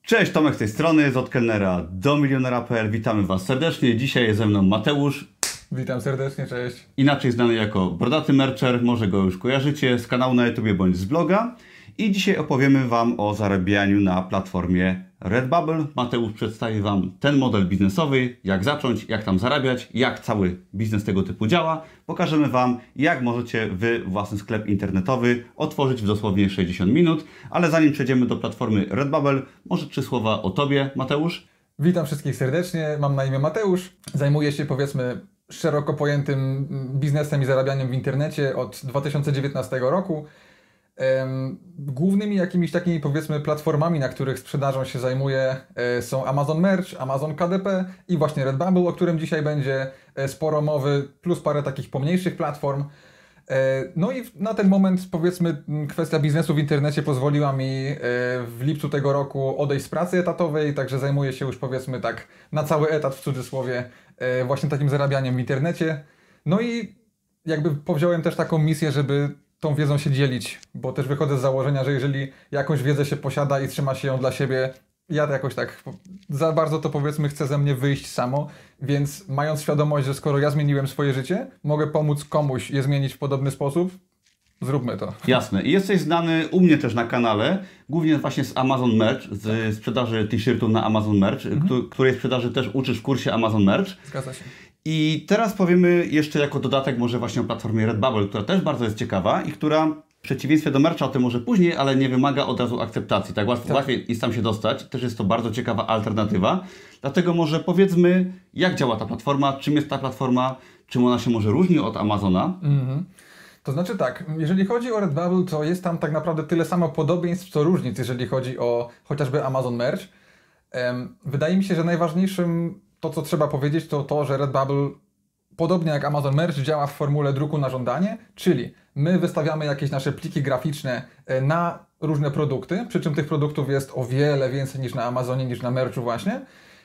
Cześć, Tomek z tej strony, od kelnera do milionera.pl. Witamy Was serdecznie. Dzisiaj jest ze mną Mateusz. Witam serdecznie, cześć. Inaczej znany jako Brodaty Mercher, może go już kojarzycie z kanału na YouTubie bądź z bloga. I dzisiaj opowiemy Wam o zarabianiu na platformie Redbubble. Mateusz przedstawi Wam ten model biznesowy, jak zacząć, jak tam zarabiać, jak cały biznes tego typu działa. Pokażemy Wam, jak możecie Wy własny sklep internetowy otworzyć w dosłownie 60 minut. Ale zanim przejdziemy do platformy Redbubble, może 3 słowa o Tobie, Mateusz? Witam wszystkich serdecznie, mam na imię Mateusz. Zajmuję się, powiedzmy, szeroko pojętym biznesem i zarabianiem w internecie od 2019 roku. Głównymi jakimiś takimi, powiedzmy, platformami, na których sprzedażą się zajmuję, są Amazon Merch, Amazon KDP i właśnie Redbubble, o którym dzisiaj będzie sporo mowy, plus parę takich pomniejszych platform. No i na ten moment, powiedzmy, kwestia biznesu w internecie pozwoliła mi w lipcu tego roku odejść z pracy etatowej, także zajmuję się już, powiedzmy tak, na cały etat w cudzysłowie, właśnie takim zarabianiem w internecie. No i jakby powziąłem też taką misję, żeby tą wiedzą się dzielić, bo też wychodzę z założenia, że jeżeli jakąś wiedzę się posiada i trzyma się ją dla siebie, ja jakoś tak za bardzo to, powiedzmy, chce ze mnie wyjść samo, więc mając świadomość, że skoro ja zmieniłem swoje życie, mogę pomóc komuś je zmienić w podobny sposób, zróbmy to. Jasne. I jesteś znany u mnie też na kanale, głównie właśnie z Amazon Merch, z sprzedaży t-shirtów na Amazon Merch, której sprzedaży też uczysz w kursie Amazon Merch. Zgadza się. I teraz powiemy jeszcze jako dodatek może właśnie o platformie Redbubble, która też bardzo jest ciekawa i która w przeciwieństwie do Mercha, o tym może później, ale nie wymaga od razu akceptacji. Tak łatwiej jest tam się dostać. Też jest to bardzo ciekawa alternatywa. Dlatego może powiedzmy, jak działa ta platforma, czym jest ta platforma, czym ona się może różni od Amazona. To znaczy tak, jeżeli chodzi o Redbubble, to jest tam tak naprawdę tyle samo podobieństw, co różnic, jeżeli chodzi o chociażby Amazon Merch. Wydaje mi się, że najważniejszym to, co trzeba powiedzieć, to to, że Redbubble, podobnie jak Amazon Merch, działa w formule druku na żądanie, czyli my wystawiamy jakieś nasze pliki graficzne na różne produkty, przy czym tych produktów jest o wiele więcej niż na Amazonie, niż na Merchu właśnie.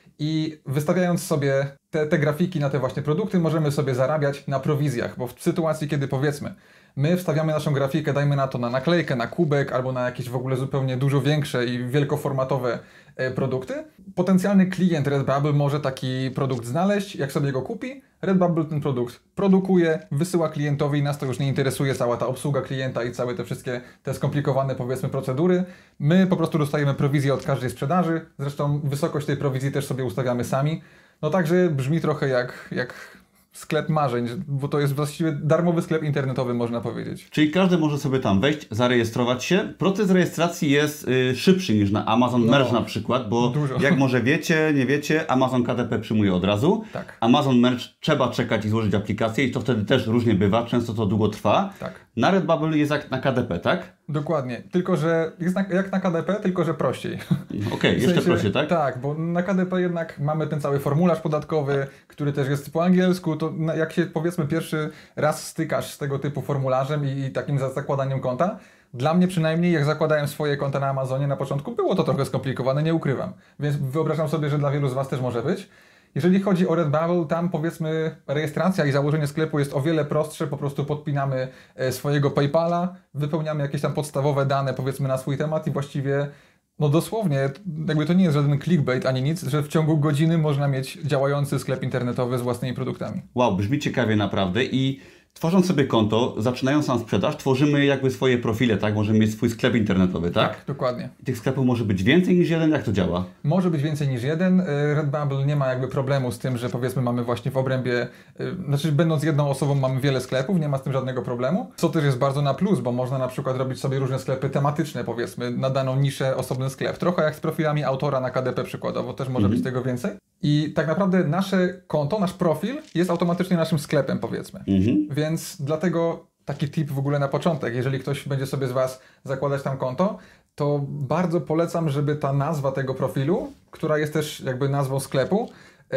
I wystawiając sobie te grafiki na te właśnie produkty, możemy sobie zarabiać na prowizjach, bo w sytuacji, kiedy powiedzmy, my wstawiamy naszą grafikę, dajmy na to na naklejkę, na kubek albo na jakieś w ogóle zupełnie dużo większe i wielkoformatowe produkty, potencjalny klient Redbubble może taki produkt znaleźć, jak sobie go kupi, Redbubble ten produkt produkuje, wysyła klientowi i nas to już nie interesuje, cała ta obsługa klienta i całe te wszystkie te skomplikowane, powiedzmy, procedury. My po prostu dostajemy prowizję od każdej sprzedaży, zresztą wysokość tej prowizji też sobie ustawiamy sami. No także brzmi trochę jak sklep marzeń, bo to jest właściwie darmowy sklep internetowy, można powiedzieć. Czyli każdy może sobie tam wejść, zarejestrować się. Proces rejestracji jest szybszy niż na Amazon Merch na przykład, bo dużo. Jak może wiecie, nie wiecie, Amazon KDP przyjmuje od razu. Tak. Amazon Merch trzeba czekać i złożyć aplikację i to wtedy też różnie bywa, często to długo trwa. Tak. Na Redbubble jest jak na KDP, tak? Dokładnie, tylko że jest jak na KDP, tylko że prościej. Okej, jeszcze prościej, tak? Tak, bo na KDP jednak mamy ten cały formularz podatkowy, który też jest po angielsku, to jak się, powiedzmy, pierwszy raz stykasz z tego typu formularzem i takim zakładaniem konta, dla mnie przynajmniej, jak zakładałem swoje konta na Amazonie na początku, było to trochę skomplikowane, nie ukrywam. Więc wyobrażam sobie, że dla wielu z Was też może być. Jeżeli chodzi o Redbubble, tam, powiedzmy, rejestracja i założenie sklepu jest o wiele prostsze, po prostu podpinamy swojego PayPala, wypełniamy jakieś tam podstawowe dane, powiedzmy, na swój temat i właściwie, no dosłownie, jakby to nie jest żaden clickbait ani nic, że w ciągu godziny można mieć działający sklep internetowy z własnymi produktami. Wow, brzmi ciekawie naprawdę i tworząc sobie konto, zaczynając tam sprzedaż, tworzymy jakby swoje profile, tak? Możemy mieć swój sklep internetowy, tak? Tak, dokładnie. I tych sklepów może być więcej niż jeden? Jak to działa? Może być więcej niż jeden. Redbubble nie ma jakby problemu z tym, że powiedzmy mamy właśnie w obrębie, znaczy będąc jedną osobą mamy wiele sklepów, nie ma z tym żadnego problemu. Co też jest bardzo na plus, bo można na przykład robić sobie różne sklepy tematyczne, powiedzmy, na daną niszę osobny sklep. Trochę jak z profilami autora na KDP przykładowo, też może być tego więcej. I tak naprawdę nasze konto, nasz profil jest automatycznie naszym sklepem, powiedzmy. Więc dlatego taki tip w ogóle na początek, jeżeli ktoś będzie sobie z Was zakładać tam konto, to bardzo polecam, żeby ta nazwa tego profilu, która jest też jakby nazwą sklepu,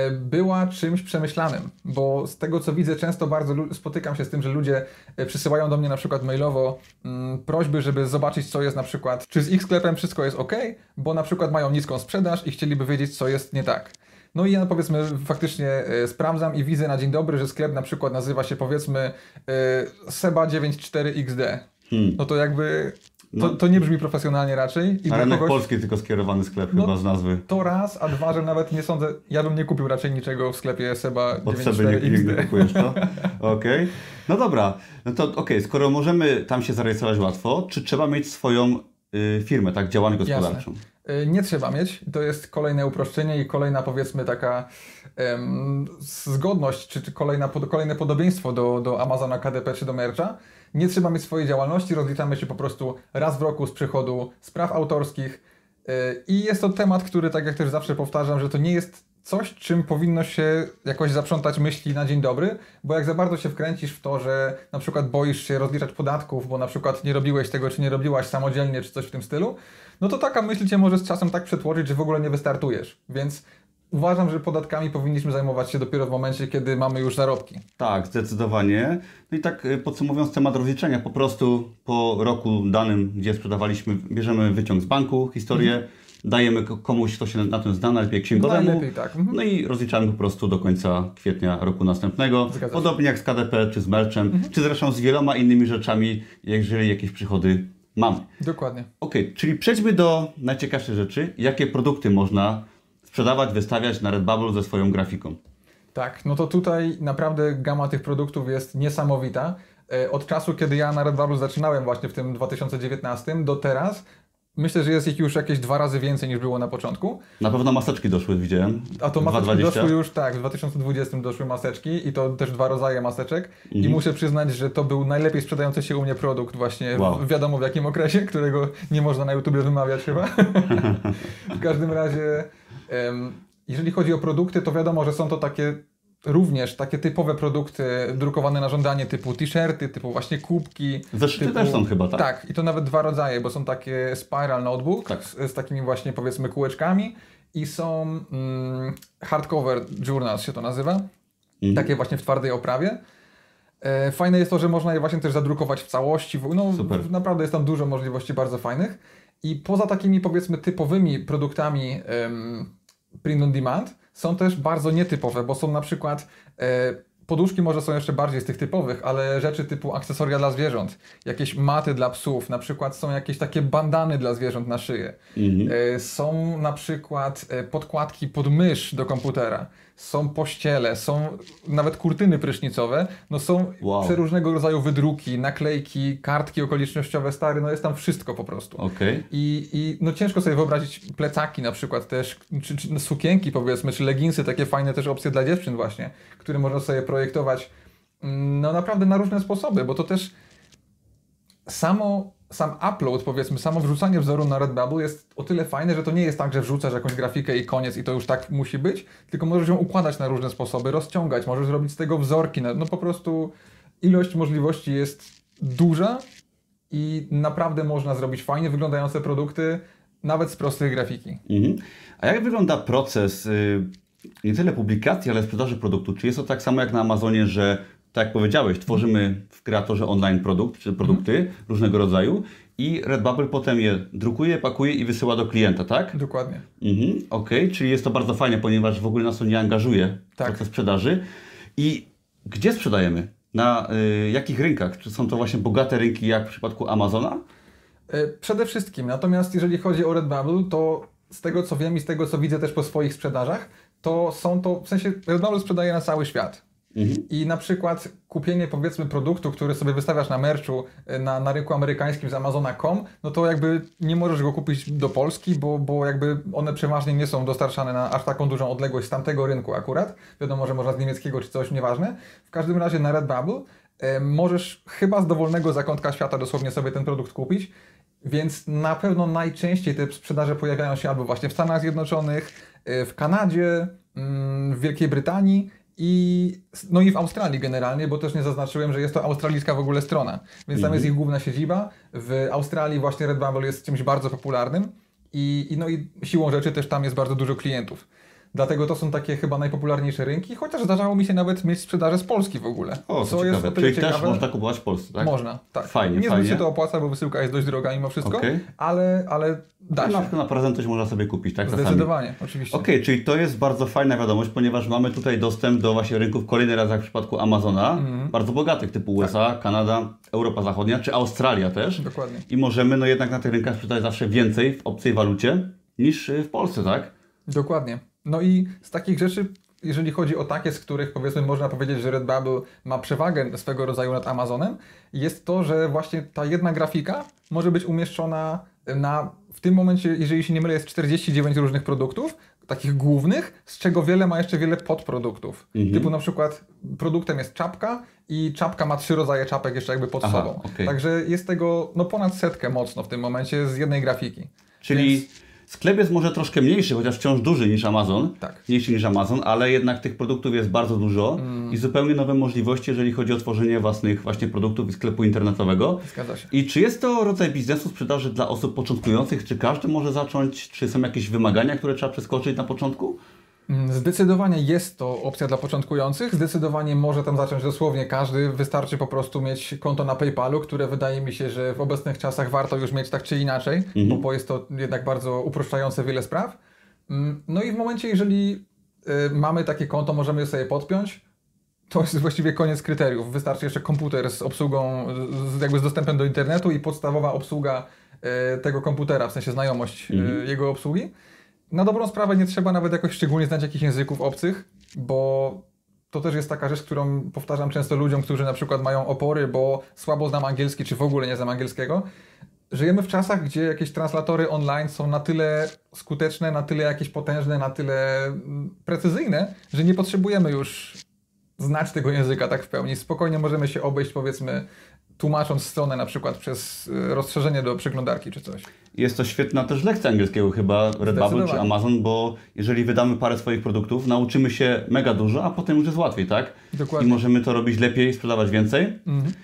była czymś przemyślanym, bo z tego co widzę często bardzo spotykam się z tym, że ludzie przysyłają do mnie na przykład mailowo prośby, żeby zobaczyć co jest na przykład, czy z ich sklepem wszystko jest ok, bo na przykład mają niską sprzedaż i chcieliby wiedzieć co jest nie tak. No i ja powiedzmy faktycznie sprawdzam i widzę na dzień dobry, że sklep na przykład nazywa się powiedzmy Seba94XD. No to jakby To nie brzmi profesjonalnie raczej. I na rynek polski tylko skierowany sklep chyba z nazwy. To raz, a dwa, że nawet nie sądzę, ja bym nie kupił raczej niczego w sklepie Seba Od 94 Seby XD. nie kupujesz to? Okej. No dobra, no to skoro możemy tam się zarejestrować łatwo, czy trzeba mieć swoją firmę, tak, działalność gospodarczą? Jasne. Nie trzeba mieć, to jest kolejne uproszczenie i kolejna, powiedzmy, taka zgodność, czy kolejne podobieństwo do Amazona KDP czy do Mercha. Nie trzeba mieć swojej działalności, rozliczamy się po prostu raz w roku z przychodu z praw autorskich i jest to temat, który, tak jak też zawsze powtarzam, że to nie jest coś, czym powinno się jakoś zaprzątać myśli na dzień dobry, bo jak za bardzo się wkręcisz w to, że na przykład boisz się rozliczać podatków, bo na przykład nie robiłeś tego, czy nie robiłaś samodzielnie, czy coś w tym stylu, no to taka myśl cię może z czasem tak przetłoczyć, że w ogóle nie wystartujesz. Więc uważam, że podatkami powinniśmy zajmować się dopiero w momencie, kiedy mamy już zarobki. Tak, zdecydowanie. No i tak podsumowując temat rozliczenia, po prostu po roku danym, gdzie sprzedawaliśmy, bierzemy wyciąg z banku, historię, dajemy komuś, kto się na tym zna, najlepiej księgowemu. Najlepiej, tak. No i rozliczamy po prostu do końca kwietnia roku następnego. Zgadza się. Podobnie jak z KDP, czy z Merchem, czy zresztą z wieloma innymi rzeczami, jeżeli jakieś przychody mamy. Dokładnie. Okej, czyli przejdźmy do najciekawszych rzeczy. Jakie produkty można sprzedawać, wystawiać na Redbubble ze swoją grafiką? Tak, no to tutaj naprawdę gama tych produktów jest niesamowita. Od czasu, kiedy ja na Redbubble zaczynałem właśnie w tym 2019 do teraz, myślę, że jest ich już jakieś 2 razy więcej niż było na początku. Na pewno maseczki doszły, widziałem. A to maseczki 2020. doszły już, tak, w 2020 doszły maseczki i to też 2 rodzaje maseczek. I muszę przyznać, że to był najlepiej sprzedający się u mnie produkt właśnie wiadomo w jakim okresie, którego nie można na YouTubie wymawiać chyba. W każdym razie, jeżeli chodzi o produkty, to wiadomo, że są to również takie typowe produkty drukowane na żądanie typu t-shirty, typu właśnie kubki. Zeszyty też są chyba, tak? Tak, i to nawet 2 rodzaje, bo są takie spiral notebook z takimi właśnie powiedzmy kółeczkami i są hardcover journals się to nazywa, takie właśnie w twardej oprawie. Fajne jest to, że można je właśnie też zadrukować w całości, naprawdę jest tam dużo możliwości bardzo fajnych i poza takimi powiedzmy typowymi produktami print on demand są też bardzo nietypowe, bo są na przykład poduszki może są jeszcze bardziej z tych typowych, ale rzeczy typu akcesoria dla zwierząt, jakieś maty dla psów, na przykład są jakieś takie bandany dla zwierząt na szyję. Są na przykład podkładki pod mysz do komputera, są pościele, są nawet kurtyny prysznicowe, no są przeróżnego rodzaju wydruki, naklejki, kartki okolicznościowe, stary, no jest tam wszystko po prostu. Okay. I no ciężko sobie wyobrazić plecaki na przykład też, czy sukienki powiedzmy, czy leginsy, takie fajne też opcje dla dziewczyn właśnie, które można sobie projektować no naprawdę na różne sposoby, bo to też sam upload, powiedzmy, samo wrzucanie wzoru na Redbubble jest o tyle fajne, że to nie jest tak, że wrzucasz jakąś grafikę i koniec i to już tak musi być, tylko możesz ją układać na różne sposoby, rozciągać, możesz zrobić z tego wzorki, no po prostu ilość możliwości jest duża i naprawdę można zrobić fajnie wyglądające produkty, nawet z prostej grafiki. A jak wygląda proces nie tyle publikacji, ale sprzedaży produktu? Czy jest to tak samo jak na Amazonie, że tak jak powiedziałeś, tworzymy w kreatorze online produkt, czy produkty różnego rodzaju i Redbubble potem je drukuje, pakuje i wysyła do klienta, tak? Dokładnie. Okej, czyli jest to bardzo fajne, ponieważ w ogóle nas to nie angażuje w proces sprzedaży. I gdzie sprzedajemy? Na jakich rynkach? Czy są to właśnie bogate rynki jak w przypadku Amazona? Przede wszystkim. Natomiast jeżeli chodzi o Redbubble, to z tego co wiem i z tego co widzę też po swoich sprzedażach, to są to, w sensie Redbubble sprzedaje na cały świat. I na przykład kupienie powiedzmy produktu, który sobie wystawiasz na merchu na rynku amerykańskim z Amazona.com, no to jakby nie możesz go kupić do Polski, bo jakby one przeważnie nie są dostarczane na aż taką dużą odległość z tamtego rynku akurat. Wiadomo, że można z niemieckiego czy coś, nieważne. W każdym razie na Redbubble możesz chyba z dowolnego zakątka świata dosłownie sobie ten produkt kupić, więc na pewno najczęściej te sprzedaże pojawiają się albo właśnie w Stanach Zjednoczonych, w Kanadzie, w Wielkiej Brytanii i w Australii generalnie, bo też nie zaznaczyłem, że jest to australijska w ogóle strona, więc tam jest ich główna siedziba. W Australii właśnie Redbubble jest czymś bardzo popularnym i siłą rzeczy też tam jest bardzo dużo klientów. Dlatego to są takie chyba najpopularniejsze rynki, chociaż zdarzało mi się nawet mieć sprzedaże z Polski w ogóle. O, co to jest ciekawe. o tyle Czyli też ciekawe. można kupować w Polsce, tak? Można, tak. Fajnie, Nie fajnie. zbyt się to opłaca, bo wysyłka jest dość droga mimo wszystko, Okej. ale da Na się. przykład na prezent coś można sobie kupić, tak? Czasami. Zdecydowanie, oczywiście. Okej, czyli to jest bardzo fajna wiadomość, ponieważ mamy tutaj dostęp do właśnie rynków kolejny raz jak w przypadku Amazona, bardzo bogatych typu USA, Kanada, Europa Zachodnia czy Australia też. Dokładnie. I możemy no jednak na tych rynkach sprzedać zawsze więcej w obcej walucie niż w Polsce, tak? Dokładnie. No i z takich rzeczy, jeżeli chodzi o takie, z których powiedzmy można powiedzieć, że Redbubble ma przewagę swego rodzaju nad Amazonem, jest to, że właśnie ta jedna grafika może być umieszczona w tym momencie, jeżeli się nie mylę, jest 49 różnych produktów, takich głównych, z czego wiele jeszcze podproduktów. Typu na przykład produktem jest czapka i czapka ma 3 rodzaje czapek jeszcze jakby pod sobą. okej. Także jest tego no ponad 100 mocno w tym momencie z jednej grafiki. Czyli Więc- sklep jest może troszkę mniejszy, chociaż wciąż duży niż Amazon. Tak. Mniejszy niż Amazon, ale jednak tych produktów jest bardzo dużo i zupełnie nowe możliwości, jeżeli chodzi o tworzenie własnych właśnie produktów i sklepu internetowego. Zgadza się. I czy jest to rodzaj biznesu sprzedaży dla osób początkujących? Czy każdy może zacząć? Czy są jakieś wymagania, które trzeba przeskoczyć na początku? Zdecydowanie jest to opcja dla początkujących. Zdecydowanie może tam zacząć dosłownie każdy. Wystarczy po prostu mieć konto na PayPalu, które wydaje mi się, że w obecnych czasach warto już mieć tak czy inaczej, bo jest to jednak bardzo uproszczające wiele spraw. No i w momencie, jeżeli mamy takie konto, możemy je sobie podpiąć. To jest właściwie koniec kryteriów. Wystarczy jeszcze komputer z obsługą, jakby z dostępem do internetu i podstawowa obsługa tego komputera, w sensie znajomość jego obsługi. Na dobrą sprawę nie trzeba nawet jakoś szczególnie znać jakichś języków obcych, bo to też jest taka rzecz, którą powtarzam często ludziom, którzy na przykład mają opory, bo słabo znam angielski, czy w ogóle nie znam angielskiego. Żyjemy w czasach, gdzie jakieś translatory online są na tyle skuteczne, na tyle jakieś potężne, na tyle precyzyjne, że nie potrzebujemy już znać tego języka tak w pełni. Spokojnie możemy się obejść, powiedzmy, tłumacząc stronę na przykład przez rozszerzenie do przeglądarki czy coś. Jest to świetna też lekcja angielskiego chyba, Redbubble czy Amazon, bo jeżeli wydamy parę swoich produktów, nauczymy się mega dużo, a potem już jest łatwiej, tak? Dokładnie. I możemy to robić lepiej, sprzedawać więcej.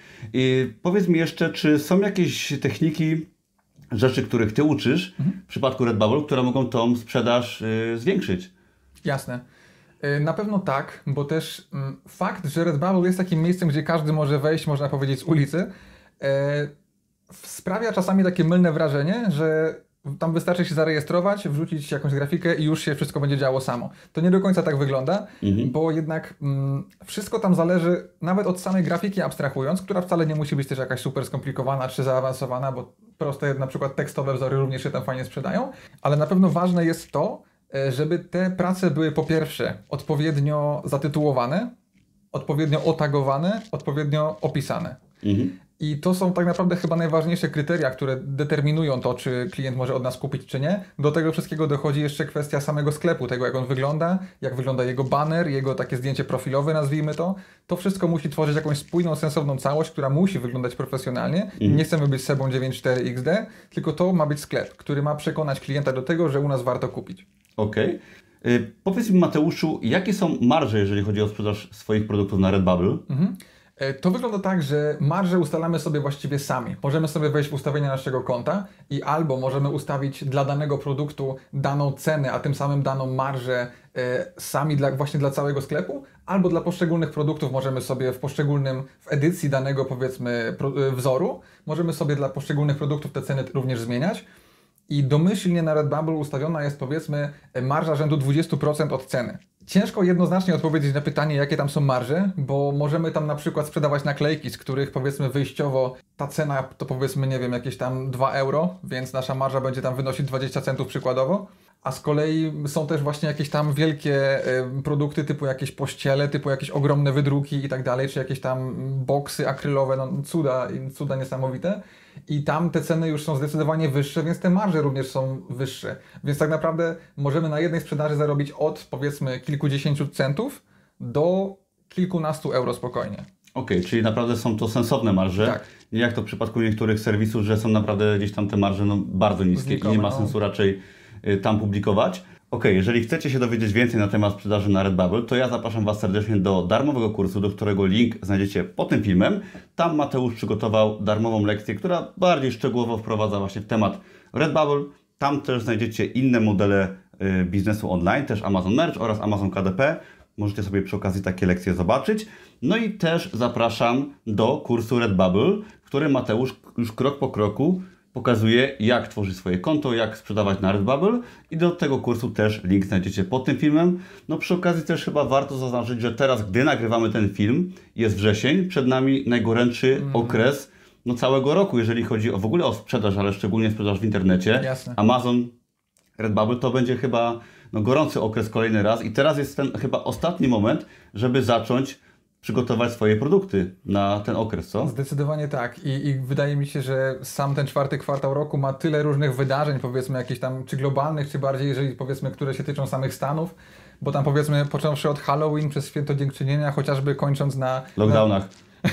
I powiedz mi jeszcze, czy są jakieś techniki, rzeczy, których Ty uczysz w przypadku Redbubble, które mogą tą sprzedaż zwiększyć? Jasne. Na pewno tak, bo też fakt, że Redbubble jest takim miejscem, gdzie każdy może wejść, można powiedzieć, z ulicy, sprawia czasami takie mylne wrażenie, że tam wystarczy się zarejestrować, wrzucić jakąś grafikę i już się wszystko będzie działo samo. To nie do końca tak wygląda, bo jednak wszystko tam zależy, nawet od samej grafiki abstrahując, która wcale nie musi być też jakaś super skomplikowana czy zaawansowana, bo proste na przykład tekstowe wzory również się tam fajnie sprzedają, ale na pewno ważne jest to, żeby te prace były po pierwsze odpowiednio zatytułowane, odpowiednio otagowane, odpowiednio opisane. I to są tak naprawdę chyba najważniejsze kryteria, które determinują to, czy klient może od nas kupić, czy nie. Do tego wszystkiego dochodzi jeszcze kwestia samego sklepu, tego jak on wygląda, jak wygląda jego banner, jego takie zdjęcie profilowe, nazwijmy to. To wszystko musi tworzyć jakąś spójną, sensowną całość, która musi wyglądać profesjonalnie. Nie chcemy być Sebą 94 XD, tylko to ma być sklep, który ma przekonać klienta do tego, że u nas warto kupić. Okej. Powiedz mi, Mateuszu, jakie są marże, jeżeli chodzi o sprzedaż swoich produktów na Redbubble? To wygląda tak, że marże ustalamy sobie właściwie sami. Możemy sobie wejść w ustawienia naszego konta i albo możemy ustawić dla danego produktu daną cenę, a tym samym daną marżę sami właśnie dla całego sklepu, albo dla poszczególnych produktów możemy sobie w edycji danego, powiedzmy, wzoru, możemy sobie dla poszczególnych produktów te ceny również zmieniać. I domyślnie na Redbubble ustawiona jest, powiedzmy, marża rzędu 20% od ceny. Ciężko jednoznacznie odpowiedzieć na pytanie, jakie tam są marże, bo możemy tam na przykład sprzedawać naklejki, z których powiedzmy wyjściowo ta cena to powiedzmy, nie wiem, jakieś tam 2 euro, więc nasza marża będzie tam wynosić 20 centów przykładowo. A z kolei są też właśnie jakieś tam wielkie produkty typu jakieś pościele, typu jakieś ogromne wydruki i tak dalej, czy jakieś tam boksy akrylowe, no cuda niesamowite. I tam te ceny już są zdecydowanie wyższe, więc te marże również są wyższe. Więc tak naprawdę możemy na jednej sprzedaży zarobić od powiedzmy kilkudziesięciu centów do kilkunastu euro spokojnie. Okej, czyli naprawdę są to sensowne marże. Tak. Nie jak to w przypadku niektórych serwisów, że są naprawdę gdzieś tam te marże bardzo niskie Znikowe, i nie ma sensu raczej tam publikować. Okej, jeżeli chcecie się dowiedzieć więcej na temat sprzedaży na Redbubble, to ja zapraszam Was serdecznie do darmowego kursu, do którego link znajdziecie pod tym filmem. Tam Mateusz przygotował darmową lekcję, która bardziej szczegółowo wprowadza właśnie w temat Redbubble. Tam też znajdziecie inne modele biznesu online, też Amazon Merch oraz Amazon KDP. Możecie sobie przy okazji takie lekcje zobaczyć. No i też zapraszam do kursu Redbubble, w którym Mateusz już krok po kroku pokazuje, jak tworzyć swoje konto, jak sprzedawać na Redbubble i do tego kursu też link znajdziecie pod tym filmem. No przy okazji też chyba warto zaznaczyć, że teraz, gdy nagrywamy ten film, jest wrzesień, przed nami najgorętszy okres całego roku, jeżeli chodzi w ogóle o sprzedaż, ale szczególnie sprzedaż w internecie. Jasne. Amazon, Redbubble to będzie chyba gorący okres kolejny raz i teraz jest ten chyba ostatni moment, żeby zacząć przygotować swoje produkty na ten okres, co? Zdecydowanie tak. I wydaje mi się, że sam ten czwarty kwartał roku ma tyle różnych wydarzeń, powiedzmy jakichś tam, czy globalnych, czy bardziej, jeżeli powiedzmy, które się tyczą samych Stanów, bo tam powiedzmy, począwszy od Halloween przez Święto Dziękczynienia, chociażby kończąc na Lockdownach.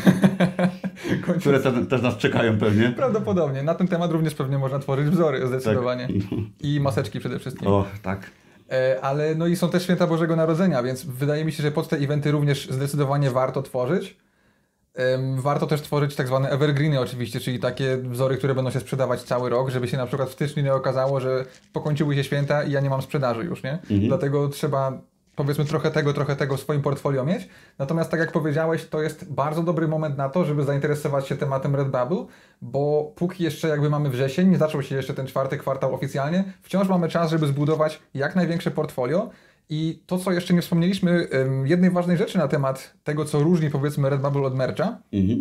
Które też nas czekają pewnie. Prawdopodobnie. Na ten temat również pewnie można tworzyć wzory, zdecydowanie. Tak. I maseczki przede wszystkim. O, tak. Ale no i są też święta Bożego Narodzenia, więc wydaje mi się, że pod te eventy również zdecydowanie warto tworzyć. Warto też tworzyć tak zwane evergreeny oczywiście, czyli takie wzory, które będą się sprzedawać cały rok, żeby się na przykład w styczniu nie okazało, że pokończyły się święta i ja nie mam sprzedaży już, nie? Dlatego trzeba powiedzmy trochę tego w swoim portfolio mieć. Natomiast tak jak powiedziałeś, to jest bardzo dobry moment na to, żeby zainteresować się tematem Redbubble, bo póki jeszcze jakby mamy wrzesień, nie zaczął się jeszcze ten czwarty kwartał oficjalnie, wciąż mamy czas, żeby zbudować jak największe portfolio. I to, co jeszcze nie wspomnieliśmy, jednej ważnej rzeczy na temat tego, co różni powiedzmy Redbubble od mercha,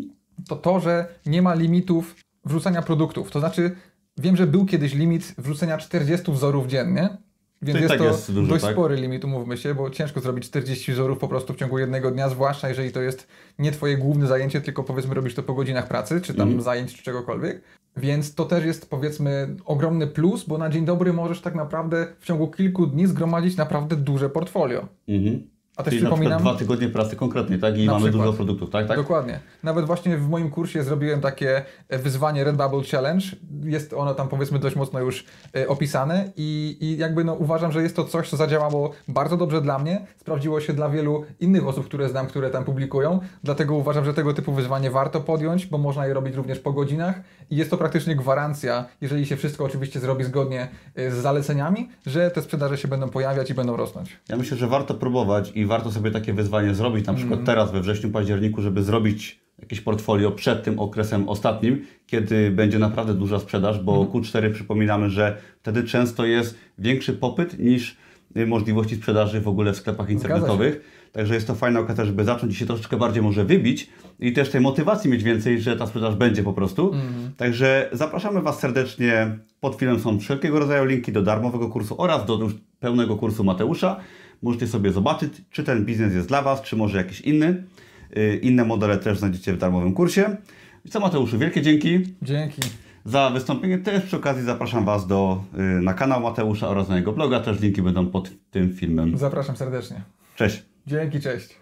to, że nie ma limitów wrzucania produktów. To znaczy, wiem, że był kiedyś limit wrzucenia 40 wzorów dziennie, więc jest tak to jest dużo, dość tak? spory limit, umówmy się, bo ciężko zrobić 40 wzorów po prostu w ciągu jednego dnia, zwłaszcza jeżeli to jest nie twoje główne zajęcie, tylko powiedzmy robisz to po godzinach pracy, czy tam zajęć, czy czegokolwiek. Więc to też jest powiedzmy ogromny plus, bo na dzień dobry możesz tak naprawdę w ciągu kilku dni zgromadzić naprawdę duże portfolio. A też Czyli na przypominam, przykład 2 tygodnie pracy konkretnie, tak? I Na mamy przykład. dużo produktów, tak? Dokładnie. Nawet właśnie w moim kursie zrobiłem takie wyzwanie Redbubble Challenge. Jest ono tam powiedzmy dość mocno już opisane i jakby no uważam, że jest to coś, co zadziałało bardzo dobrze dla mnie. Sprawdziło się dla wielu innych osób, które znam, które tam publikują. Dlatego uważam, że tego typu wyzwanie warto podjąć, bo można je robić również po godzinach i jest to praktycznie gwarancja, jeżeli się wszystko oczywiście zrobi zgodnie z zaleceniami, że te sprzedaże się będą pojawiać i będą rosnąć. Ja myślę, że warto próbować i warto sobie takie wyzwanie zrobić, na przykład teraz we wrześniu, październiku, żeby zrobić jakieś portfolio przed tym okresem ostatnim, kiedy będzie naprawdę duża sprzedaż, bo Q4 przypominamy, że wtedy często jest większy popyt niż możliwości sprzedaży w ogóle w sklepach internetowych. Także jest to fajna okazja, żeby zacząć i się troszeczkę bardziej może wybić i też tej motywacji mieć więcej, że ta sprzedaż będzie po prostu. Także zapraszamy Was serdecznie. Pod filmem są wszelkiego rodzaju linki do darmowego kursu oraz do już pełnego kursu Mateusza. Możecie sobie zobaczyć, czy ten biznes jest dla Was, czy może jakiś inny. Inne modele też znajdziecie w darmowym kursie. I co, Mateuszu, wielkie dzięki Dzięki. za wystąpienie. Też przy okazji zapraszam Was na kanał Mateusza oraz na jego bloga. Też linki będą pod tym filmem. Zapraszam serdecznie. Cześć! Dzięki, cześć.